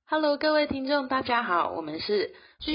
Hello，各位听众，大家好，我们是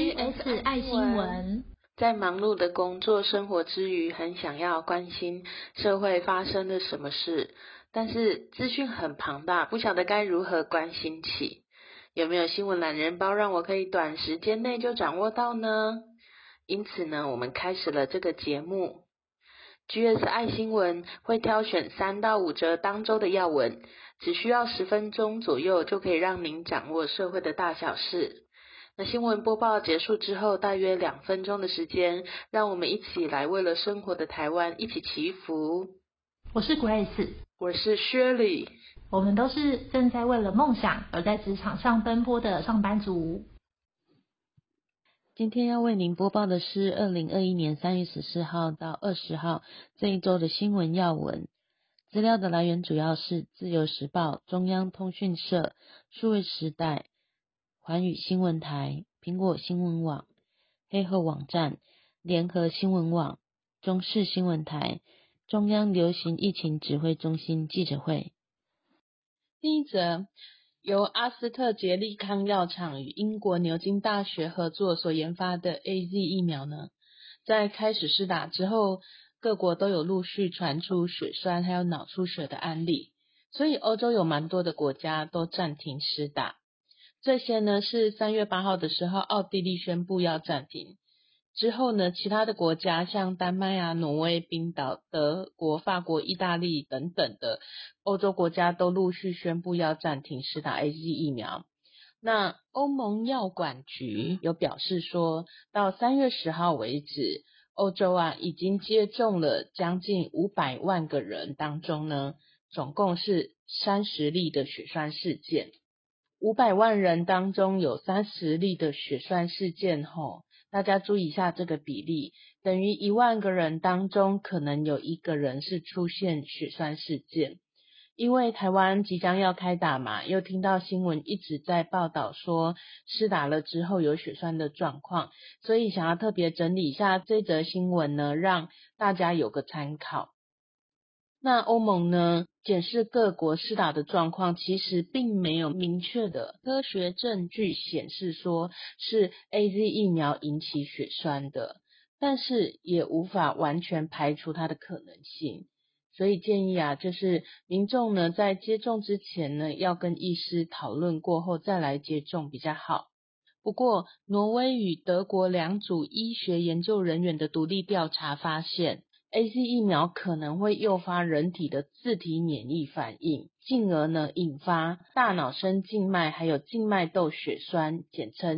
GS 爱新闻。 在忙碌的工作生活之余，很想要关心社会发生了什么事，但是资讯很庞大，不晓得该如何关心起。有没有新闻懒人包让我可以短时间内就掌握到呢？因此呢，我们开始了这个节目。GS 爱新闻会挑选3到5则当周的要闻，只需要10分钟左右就可以让您掌握社会的大小事。那新闻播报结束之后，大约2分钟的时间，让我们一起来为了生活的台湾一起祈福。 我是 Grace， 我是 Shirley， 我们都是正在为了梦想而在职场上奔波的上班族。 今天要为您播报的是2021年3月14号到20号这一周的新闻要闻。资料的来源主要是自由时报、中央通讯社、数位时代、寰宇新闻台、苹果新闻网、黑后网站、联合新闻网、中视新闻台、中央流行疫情指挥中心记者会。第一则，由阿斯特捷利康药厂与英国牛津大学合作所研发的 AZ 疫苗呢，在开始施打之后，各国都有陆续传出血栓还有脑出血的案例，所以欧洲有蛮多的国家都暂停施打。最先呢是3月8号的时候，奥地利宣布要暂停。之后呢，其他的国家像丹麦啊、挪威、冰岛、德国、法国、意大利等等的欧洲国家都陆续宣布要暂停施打 AZ 疫苗。那欧盟药管局有表示说，到3月10号为止，欧洲啊已经接种了将近500万个人当中呢，总共是30例的血栓事件。500万人当中有30例的血栓事件吼，大家注意一下这个比例，等于1万个人当中可能有1个人是出现血栓事件。因为台湾即将要开打嘛，又听到新闻一直在报道说施打了之后有血栓的状况，所以想要特别整理一下这则新闻呢，让大家有个参考。那欧盟呢，检视各国施打的状况，其实并没有明确的科学证据显示说是 AZ 疫苗引起血栓的，但是也无法完全排除它的可能性。所以建议啊，就是民众呢在接种之前呢，要跟医师讨论过后再来接种比较好。不过，挪威与德国2组医学研究人员的独立调查发现，AZ 疫苗可能会诱发人体的自体免疫反应，进而呢引发大脑深静脉还有静脉窦血栓，简称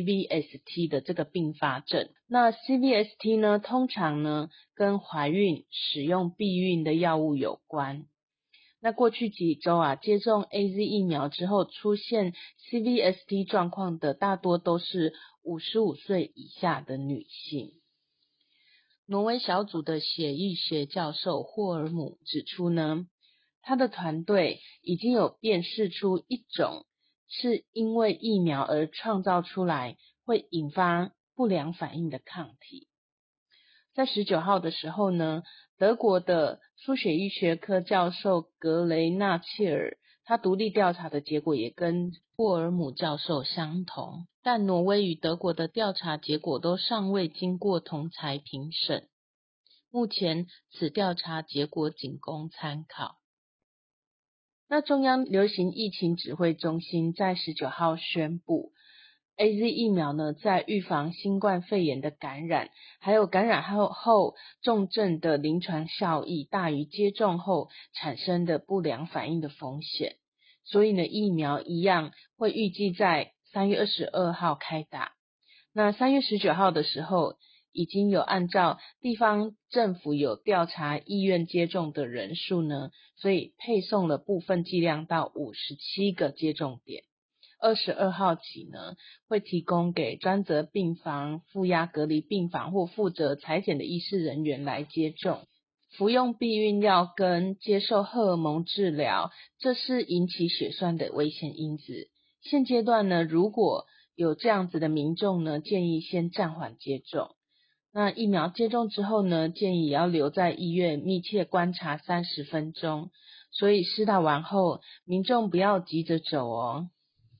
CVST 的这个并发症。那 CVST 呢，通常呢跟怀孕使用避孕的药物有关。那过去几周啊，接种 AZ 疫苗之后出现 CVST 状况的大多都是55岁以下的女性。挪威小组的血液学教授霍尔姆指出呢，他的团队已经有辨识出一种是因为疫苗而创造出来会引发不良反应的抗体。在19号的时候呢，德国的输血医学科教授格雷纳切尔，他独立调查的结果也跟霍尔姆教授相同，但挪威与德国的调查结果都尚未经过同侪评审。目前此调查结果仅供参考。那中央流行疫情指挥中心在19号宣布，AZ 疫苗呢，在预防新冠肺炎的感染，还有感染后重症的临床效益大于接种后产生的不良反应的风险。所以呢，疫苗一样会预计在3月22号开打。那3月19号的时候，已经有按照地方政府有调查意愿接种的人数呢，所以配送了部分剂量到57个接种点。22号起呢，会提供给专责病房、负压隔离病房或负责采检的医师人员来接种。服用避孕药跟接受荷尔蒙治疗，这是引起血栓的危险因子。现阶段呢，如果有这样子的民众呢，建议先暂缓接种。那疫苗接种之后呢，建议也要留在医院密切观察30分钟。所以施打完后，民众不要急着走哦。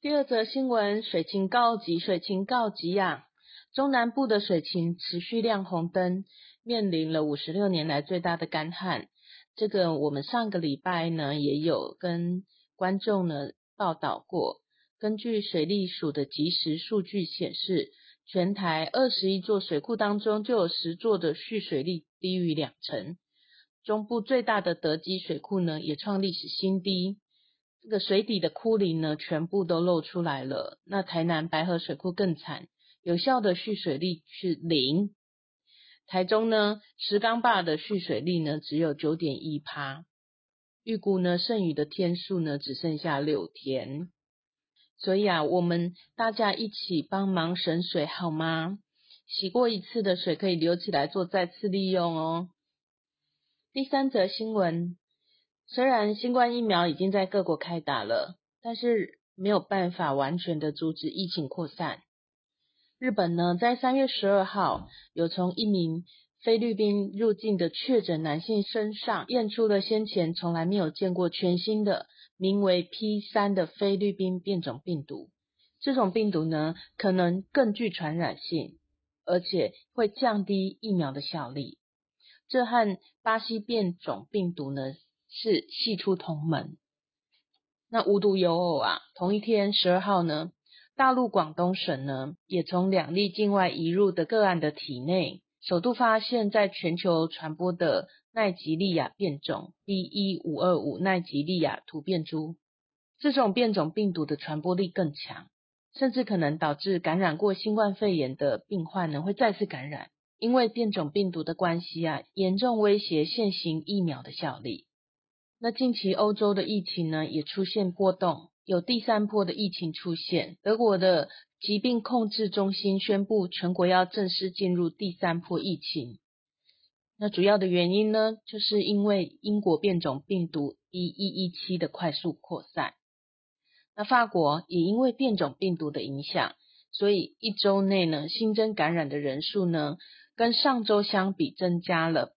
第二则新闻，水情告急，水情告急啊！中南部的水情持续亮红灯，面临了56年来最大的干旱。这个我们上个礼拜呢也有跟观众呢报道过。根据水利署的即时数据显示，全台21座水库当中就有10座的蓄水率低于20%。中部最大的德基水库呢也创历史新低。这个水底的枯林呢全部都露出来了。那台南白河水库更惨，有效的蓄水率是0。台中呢石冈坝的蓄水率呢只有 9.1%， 预估呢剩余的天数呢只剩下6天。所以我们大家一起帮忙省水好吗？洗过一次的水可以留起来做再次利用哦。第三则新闻，虽然新冠疫苗已经在各国开打了，但是没有办法完全的阻止疫情扩散。日本呢，在3月12号有从一名菲律宾入境的确诊男性身上验出了先前从来没有见过全新的名为 P3 的菲律宾变种病毒。这种病毒呢，可能更具传染性，而且会降低疫苗的效力。这和巴西变种病毒呢是系出同门。那无独有偶同一天12号呢，大陆广东省呢也从2例境外移入的个案的体内，首度发现在全球传播的奈及利亚变种 B.1.525 奈及利亚突变株。这种变种病毒的传播力更强，甚至可能导致感染过新冠肺炎的病患呢会再次感染。因为变种病毒的关系严重威胁现行疫苗的效力。那近期欧洲的疫情呢也出现波动，有第3波的疫情出现。德国的疾病控制中心宣布全国要正式进入第3波疫情。那主要的原因呢，就是因为英国变种病毒 B.1.1.7 的快速扩散。那法国也因为变种病毒的影响，所以1周内呢新增感染的人数呢跟上周相比增加了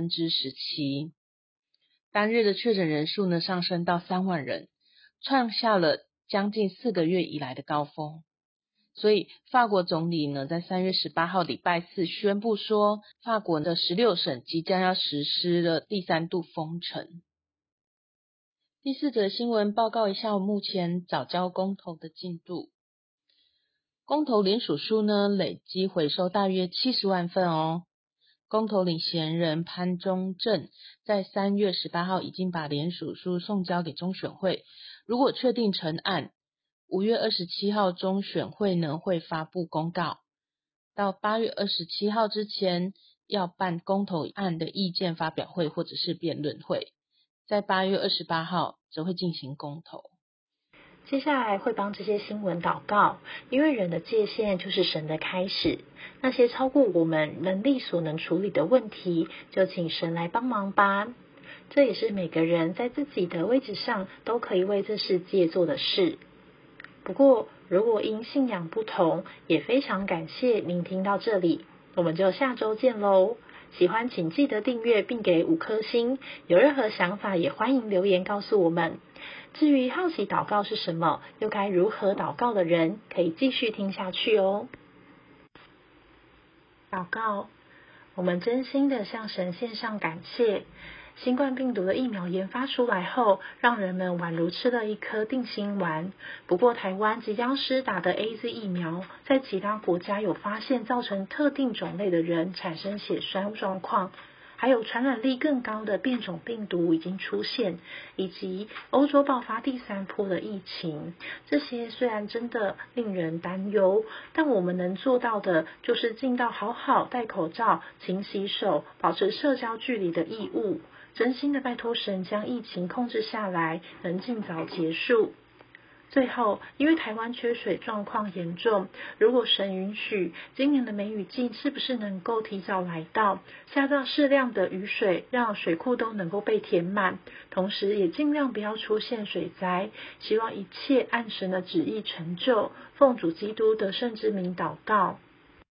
17%。单日的确诊人数呢上升到3万人，创下了将近4个月以来的高峰。所以法国总理呢在3月18号礼拜四宣布说，法国的16省即将要实施了第3度封城。第4则新闻报告一下我目前早教公投的进度。公投联署书呢累积回收大约70万份哦。公投领衔人潘忠正在3月18号已经把联署书送交给中选会，如果确定成案，5月27号中选会呢会发布公告，到8月27号之前要办公投案的意见发表会或者是辩论会，在8月28号则会进行公投。 接下来会帮这些新闻祷告，因为人的界限就是神的开始。那些超过我们能力所能处理的问题，就请神来帮忙吧。这也是每个人在自己的位置上都可以为这世界做的事。不过，如果因信仰不同，也非常感谢您听到这里，我们就下周见喽。喜欢请记得订阅并给5颗星，有任何想法也欢迎留言告诉我们。至于好奇祷告是什么，又该如何祷告的人，可以继续听下去哦。祷告，我们真心的向神献上感谢。新冠病毒的疫苗研发出来后，让人们宛如吃了一颗定心丸。不过台湾即将施打的 AZ 疫苗，在其他国家有发现造成特定种类的人产生血栓状况，还有传染力更高的变种病毒已经出现，以及欧洲爆发第3波的疫情。这些虽然真的令人担忧，但我们能做到的就是尽到好好戴口罩、勤洗手、保持社交距离的义务。真心的拜托神将疫情控制下来，能尽早结束。最后，因为台湾缺水状况严重，如果神允许，今年的梅雨季是不是能够提早来到，下到适量的雨水，让水库都能够被填满，同时也尽量不要出现水灾。希望一切按神的旨意成就，奉主基督得胜之名祷告，